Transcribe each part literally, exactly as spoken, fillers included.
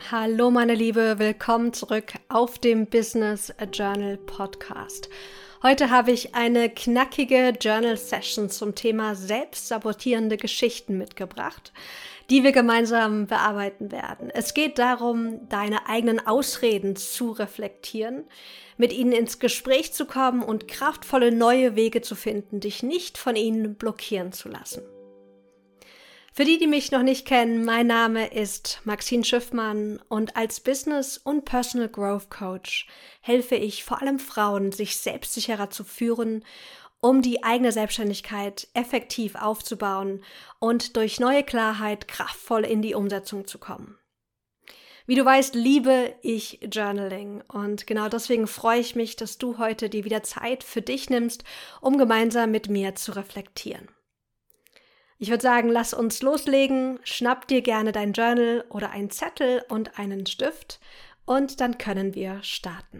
Hallo meine Liebe, willkommen zurück auf dem Business Journal Podcast. Heute habe ich eine knackige Journal Session zum Thema selbstsabotierende Geschichten mitgebracht, die wir gemeinsam bearbeiten werden. Es geht darum, deine eigenen Ausreden zu reflektieren, mit ihnen ins Gespräch zu kommen und kraftvolle neue Wege zu finden, dich nicht von ihnen blockieren zu lassen. Für die, die mich noch nicht kennen, mein Name ist Maxine Schiffmann und als Business- und Personal Growth Coach helfe ich vor allem Frauen, sich selbstsicherer zu führen, um die eigene Selbstständigkeit effektiv aufzubauen und durch neue Klarheit kraftvoll in die Umsetzung zu kommen. Wie du weißt, liebe ich Journaling und genau deswegen freue ich mich, dass du heute dir wieder Zeit für dich nimmst, um gemeinsam mit mir zu reflektieren. Ich würde sagen, lass uns loslegen, schnapp dir gerne dein Journal oder einen Zettel und einen Stift und dann können wir starten.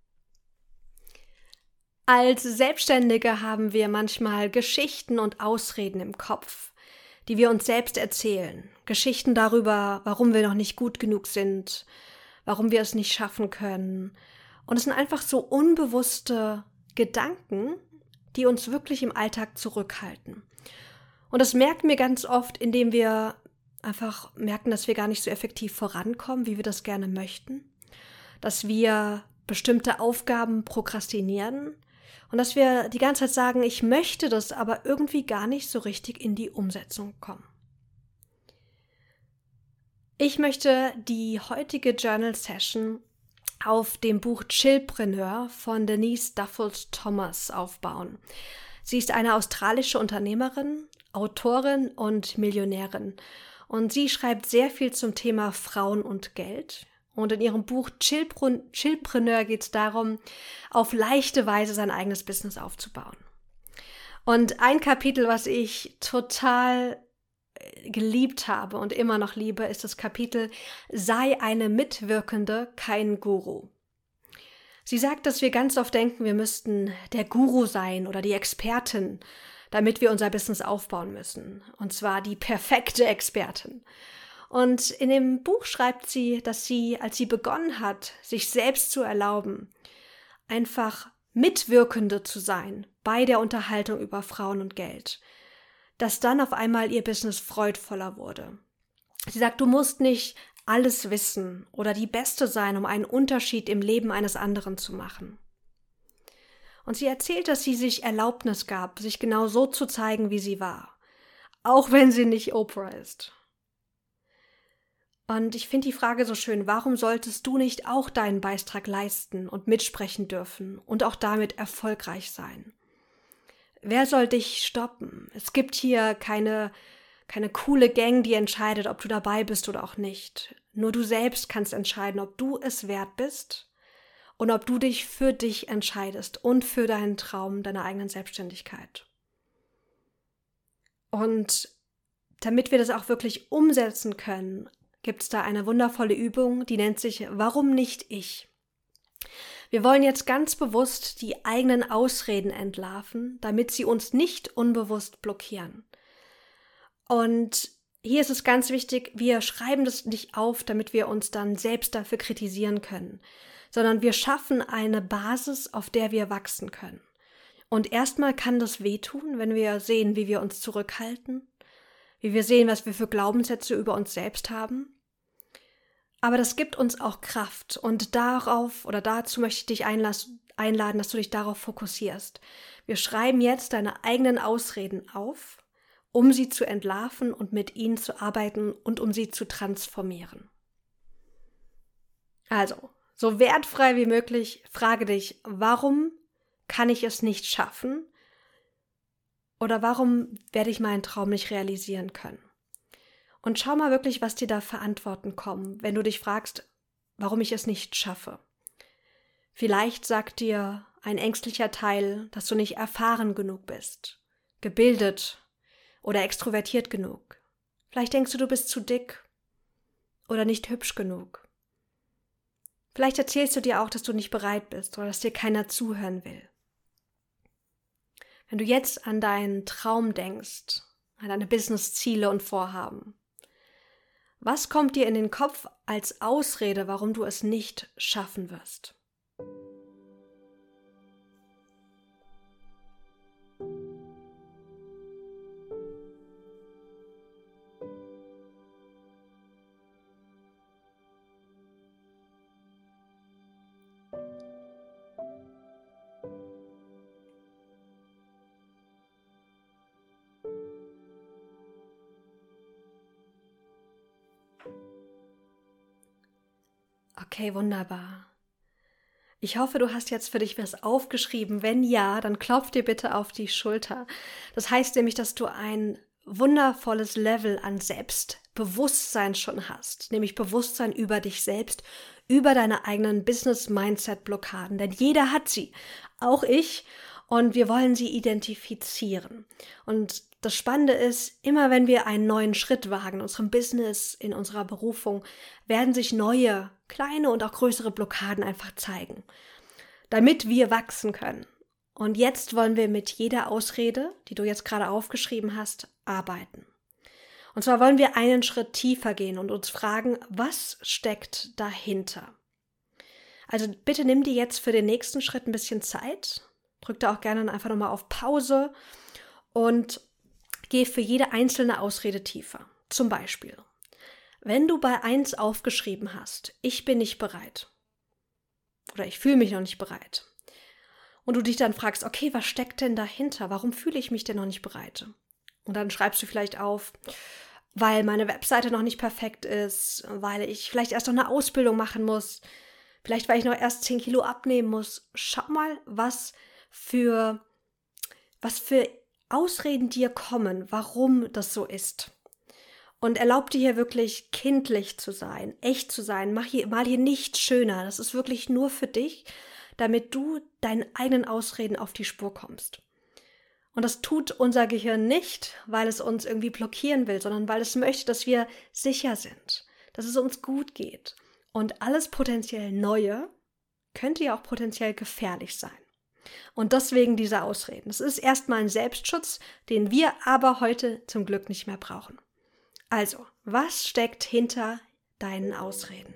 Als Selbstständige haben wir manchmal Geschichten und Ausreden im Kopf, die wir uns selbst erzählen. Geschichten darüber, warum wir noch nicht gut genug sind, warum wir es nicht schaffen können. Und es sind einfach so unbewusste Gedanken, die uns wirklich im Alltag zurückhalten. Und das merken wir ganz oft, indem wir einfach merken, dass wir gar nicht so effektiv vorankommen, wie wir das gerne möchten. Dass wir bestimmte Aufgaben prokrastinieren und dass wir die ganze Zeit sagen, ich möchte das, aber irgendwie gar nicht so richtig in die Umsetzung kommen. Ich möchte die heutige Journal Session auf dem Buch Chillpreneur von Denise Duffield Thomas aufbauen. Sie ist eine australische Unternehmerin, Autorin und Millionärin. Und sie schreibt sehr viel zum Thema Frauen und Geld. Und in ihrem Buch Chillpreneur geht es darum, auf leichte Weise sein eigenes Business aufzubauen. Und ein Kapitel, was ich total geliebt habe und immer noch liebe, ist das Kapitel Sei eine Mitwirkende, kein Guru. Sie sagt, dass wir ganz oft denken, wir müssten der Guru sein oder die Expertin, damit wir unser Business aufbauen müssen. Und zwar die perfekte Expertin. Und in dem Buch schreibt sie, dass sie, als sie begonnen hat, sich selbst zu erlauben, einfach Mitwirkende zu sein bei der Unterhaltung über Frauen und Geld, dass dann auf einmal ihr Business freudvoller wurde. Sie sagt, du musst nicht alles wissen oder die Beste sein, um einen Unterschied im Leben eines anderen zu machen. Und sie erzählt, dass sie sich Erlaubnis gab, sich genau so zu zeigen, wie sie war. Auch wenn sie nicht Oprah ist. Und ich finde die Frage so schön, warum solltest du nicht auch deinen Beitrag leisten und mitsprechen dürfen und auch damit erfolgreich sein? Wer soll dich stoppen? Es gibt hier keine, keine coole Gang, die entscheidet, ob du dabei bist oder auch nicht. Nur du selbst kannst entscheiden, ob du es wert bist und ob du dich für dich entscheidest und für deinen Traum deiner eigenen Selbstständigkeit. Und damit wir das auch wirklich umsetzen können, gibt es da eine wundervolle Übung, die nennt sich Warum nicht ich? Wir wollen jetzt ganz bewusst die eigenen Ausreden entlarven, damit sie uns nicht unbewusst blockieren. Und hier ist es ganz wichtig, wir schreiben das nicht auf, damit wir uns dann selbst dafür kritisieren können, sondern wir schaffen eine Basis, auf der wir wachsen können. Und erstmal kann das wehtun, wenn wir sehen, wie wir uns zurückhalten, wie wir sehen, was wir für Glaubenssätze über uns selbst haben. Aber das gibt uns auch Kraft und darauf oder dazu möchte ich dich einladen, dass du dich darauf fokussierst. Wir schreiben jetzt deine eigenen Ausreden auf, um sie zu entlarven und mit ihnen zu arbeiten und um sie zu transformieren. Also, so wertfrei wie möglich, frage dich, warum kann ich es nicht schaffen? Oder warum werde ich meinen Traum nicht realisieren können? Und schau mal wirklich, was dir da für Antworten kommen, wenn du dich fragst, warum ich es nicht schaffe. Vielleicht sagt dir ein ängstlicher Teil, dass du nicht erfahren genug bist, gebildet oder extrovertiert genug. Vielleicht denkst du, du bist zu dick oder nicht hübsch genug. Vielleicht erzählst du dir auch, dass du nicht bereit bist oder dass dir keiner zuhören will. Wenn du jetzt an deinen Traum denkst, an deine Business-Ziele und Vorhaben, Was kommt dir in den Kopf als Ausrede, warum du es nicht schaffen wirst? Okay, wunderbar. Ich hoffe, du hast jetzt für dich was aufgeschrieben. Wenn ja, dann klopf dir bitte auf die Schulter. Das heißt nämlich, dass du ein wundervolles Level an Selbstbewusstsein schon hast, nämlich Bewusstsein über dich selbst, über deine eigenen Business-Mindset-Blockaden, denn jeder hat sie, auch ich, und wir wollen sie identifizieren. Und das Spannende ist, immer wenn wir einen neuen Schritt wagen in unserem Business, in unserer Berufung, werden sich neue, kleine und auch größere Blockaden einfach zeigen, damit wir wachsen können. Und jetzt wollen wir mit jeder Ausrede, die du jetzt gerade aufgeschrieben hast, arbeiten. Und zwar wollen wir einen Schritt tiefer gehen und uns fragen, was steckt dahinter? Also bitte nimm dir jetzt für den nächsten Schritt ein bisschen Zeit, drück da auch gerne einfach nochmal auf Pause und geh für jede einzelne Ausrede tiefer. Zum Beispiel, wenn du bei eins aufgeschrieben hast, ich bin nicht bereit oder ich fühle mich noch nicht bereit und du dich dann fragst, okay, was steckt denn dahinter? Warum fühle ich mich denn noch nicht bereit? Und dann schreibst du vielleicht auf, weil meine Webseite noch nicht perfekt ist, weil ich vielleicht erst noch eine Ausbildung machen muss, vielleicht weil ich noch erst zehn Kilo abnehmen muss. Schau mal, was für, was für Ausreden dir kommen, warum das so ist. Und erlaub dir hier wirklich kindlich zu sein, echt zu sein. Mach hier, mal hier nichts schöner. Das ist wirklich nur für dich, damit du deinen eigenen Ausreden auf die Spur kommst. Und das tut unser Gehirn nicht, weil es uns irgendwie blockieren will, sondern weil es möchte, dass wir sicher sind, dass es uns gut geht. Und alles potenziell Neue könnte ja auch potenziell gefährlich sein. Und deswegen diese Ausreden. Es ist erstmal ein Selbstschutz, den wir aber heute zum Glück nicht mehr brauchen. Also, was steckt hinter deinen Ausreden?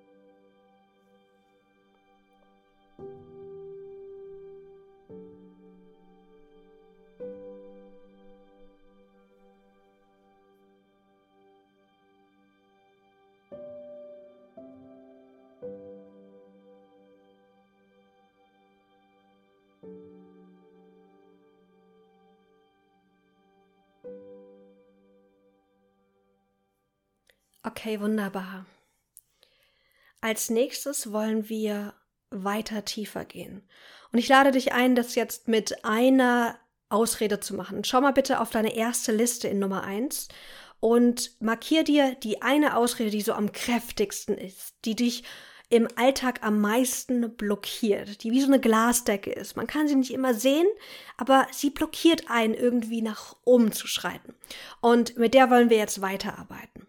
Okay, wunderbar. Als nächstes wollen wir weiter tiefer gehen. Und ich lade dich ein, das jetzt mit einer Ausrede zu machen. Schau mal bitte auf deine erste Liste in Nummer eins und markier dir die eine Ausrede, die so am kräftigsten ist, die dich im Alltag am meisten blockiert, die wie so eine Glasdecke ist. Man kann sie nicht immer sehen, aber sie blockiert einen irgendwie nach oben zu schreiten. Und mit der wollen wir jetzt weiterarbeiten.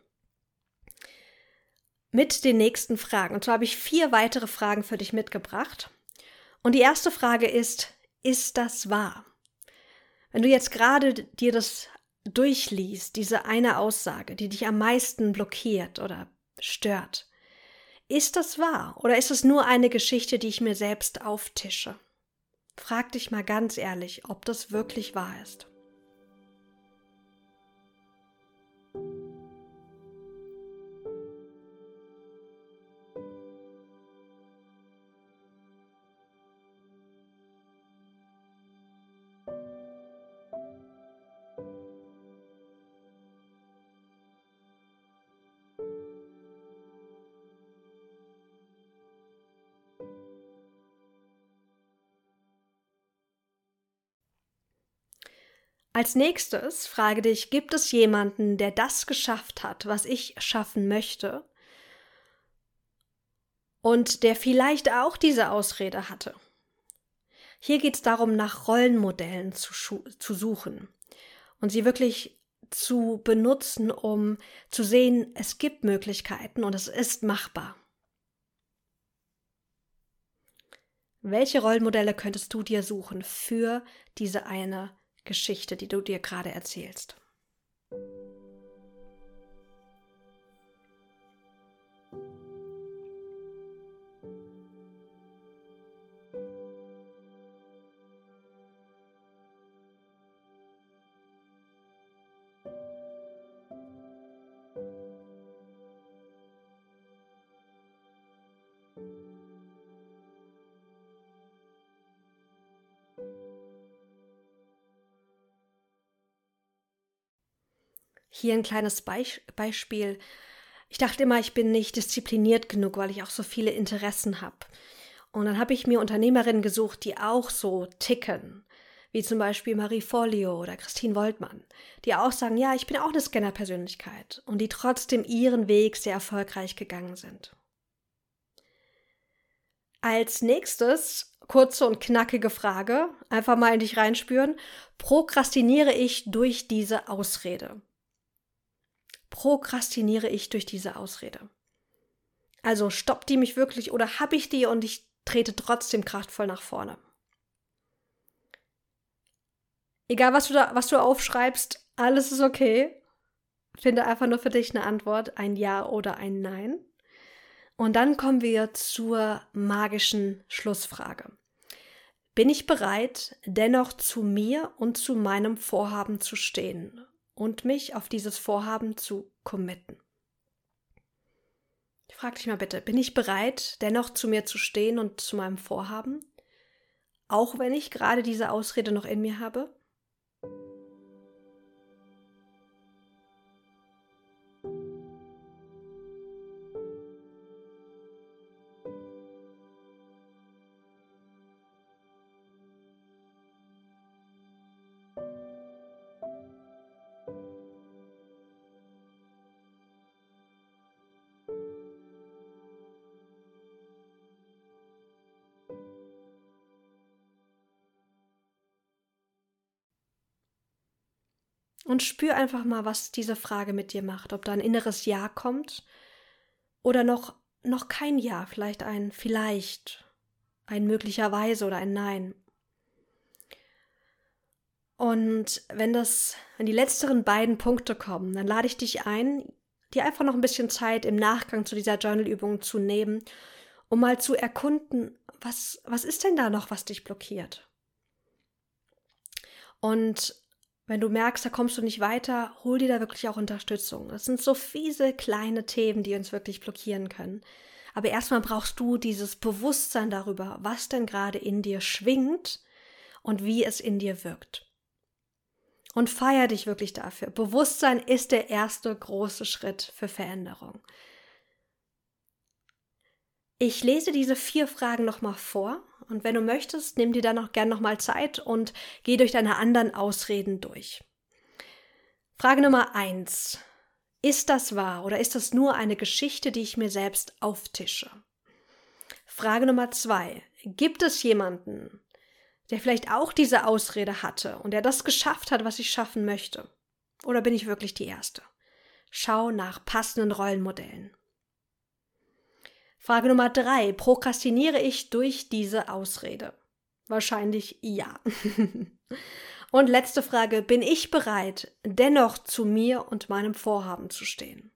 Mit den nächsten Fragen. Und zwar habe ich vier weitere Fragen für dich mitgebracht. Und die erste Frage ist, ist das wahr? Wenn du jetzt gerade dir das durchliest, diese eine Aussage, die dich am meisten blockiert oder stört, ist das wahr? Oder ist es nur eine Geschichte, die ich mir selbst auftische? Frag dich mal ganz ehrlich, ob das wirklich wahr ist. Als nächstes frage dich, gibt es jemanden, der das geschafft hat, was ich schaffen möchte und der vielleicht auch diese Ausrede hatte? Hier geht es darum, nach Rollenmodellen zu, zu suchen und sie wirklich zu benutzen, um zu sehen, es gibt Möglichkeiten und es ist machbar. Welche Rollenmodelle könntest du dir suchen für diese eine Geschichte, die du dir gerade erzählst? Hier ein kleines Beich- Beispiel. Ich dachte immer, ich bin nicht diszipliniert genug, weil ich auch so viele Interessen habe. Und dann habe ich mir Unternehmerinnen gesucht, die auch so ticken, wie zum Beispiel Marie Forleo oder Christine Woltmann, die auch sagen, ja, ich bin auch eine Scanner-Persönlichkeit und die trotzdem ihren Weg sehr erfolgreich gegangen sind. Als nächstes, kurze und knackige Frage, einfach mal in dich reinspüren, prokrastiniere ich durch diese Ausrede? Prokrastiniere ich durch diese Ausrede? Also stoppt die mich wirklich oder habe ich die und ich trete trotzdem kraftvoll nach vorne? Egal, was du da, was du aufschreibst, alles ist okay. Finde einfach nur für dich eine Antwort, ein Ja oder ein Nein. Und dann kommen wir zur magischen Schlussfrage. Bin ich bereit, dennoch zu mir und zu meinem Vorhaben zu stehen und mich auf dieses Vorhaben zu committen? Ich frage dich mal bitte, bin ich bereit, dennoch zu mir zu stehen und zu meinem Vorhaben, auch wenn ich gerade diese Ausrede noch in mir habe? Und spür einfach mal, was diese Frage mit dir macht, ob da ein inneres Ja kommt oder noch, noch kein Ja, vielleicht ein Vielleicht, ein möglicherweise oder ein Nein. Und wenn das, wenn die letzteren beiden Punkte kommen, dann lade ich dich ein, dir einfach noch ein bisschen Zeit im Nachgang zu dieser Journal-Übung zu nehmen, um mal zu erkunden, was, was ist denn da noch, was dich blockiert? Und wenn du merkst, da kommst du nicht weiter, hol dir da wirklich auch Unterstützung. Das sind so fiese kleine Themen, die uns wirklich blockieren können. Aber erstmal brauchst du dieses Bewusstsein darüber, was denn gerade in dir schwingt und wie es in dir wirkt. Und feier dich wirklich dafür. Bewusstsein ist der erste große Schritt für Veränderung. Ich lese diese vier Fragen nochmal vor und wenn du möchtest, nimm dir dann auch gerne nochmal Zeit und geh durch deine anderen Ausreden durch. Frage Nummer eins. Ist das wahr oder ist das nur eine Geschichte, die ich mir selbst auftische? Frage Nummer zwei. Gibt es jemanden, der vielleicht auch diese Ausrede hatte und der das geschafft hat, was ich schaffen möchte? Oder bin ich wirklich die Erste? Schau nach passenden Rollenmodellen. Frage Nummer drei. Prokrastiniere ich durch diese Ausrede? Wahrscheinlich ja. Und letzte Frage. Bin ich bereit, dennoch zu mir und meinem Vorhaben zu stehen?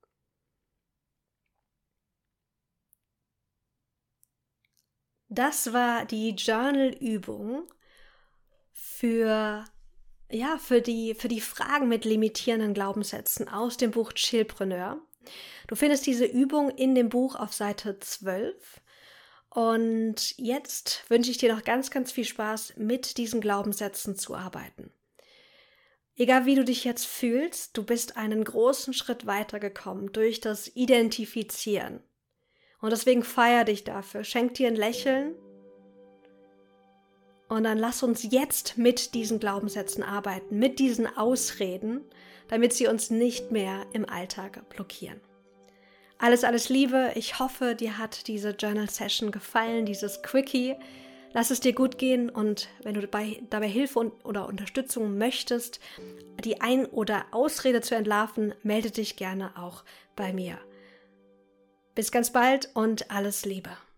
Das war die Journal-Übung für, ja, für die, für die Fragen mit limitierenden Glaubenssätzen aus dem Buch Chillpreneur. Du findest diese Übung in dem Buch auf Seite zwölf. Und jetzt wünsche ich dir noch ganz, ganz viel Spaß, mit diesen Glaubenssätzen zu arbeiten. Egal wie du dich jetzt fühlst, du bist einen großen Schritt weitergekommen durch das Identifizieren. Und deswegen feier dich dafür, schenk dir ein Lächeln und dann lass uns jetzt mit diesen Glaubenssätzen arbeiten, mit diesen Ausreden, damit sie uns nicht mehr im Alltag blockieren. Alles, alles Liebe. Ich hoffe, dir hat diese Journal-Session gefallen, dieses Quickie. Lass es dir gut gehen und wenn du dabei, dabei Hilfe und, oder Unterstützung möchtest, die Ein- oder Ausrede zu entlarven, melde dich gerne auch bei mir. Bis ganz bald und alles Liebe.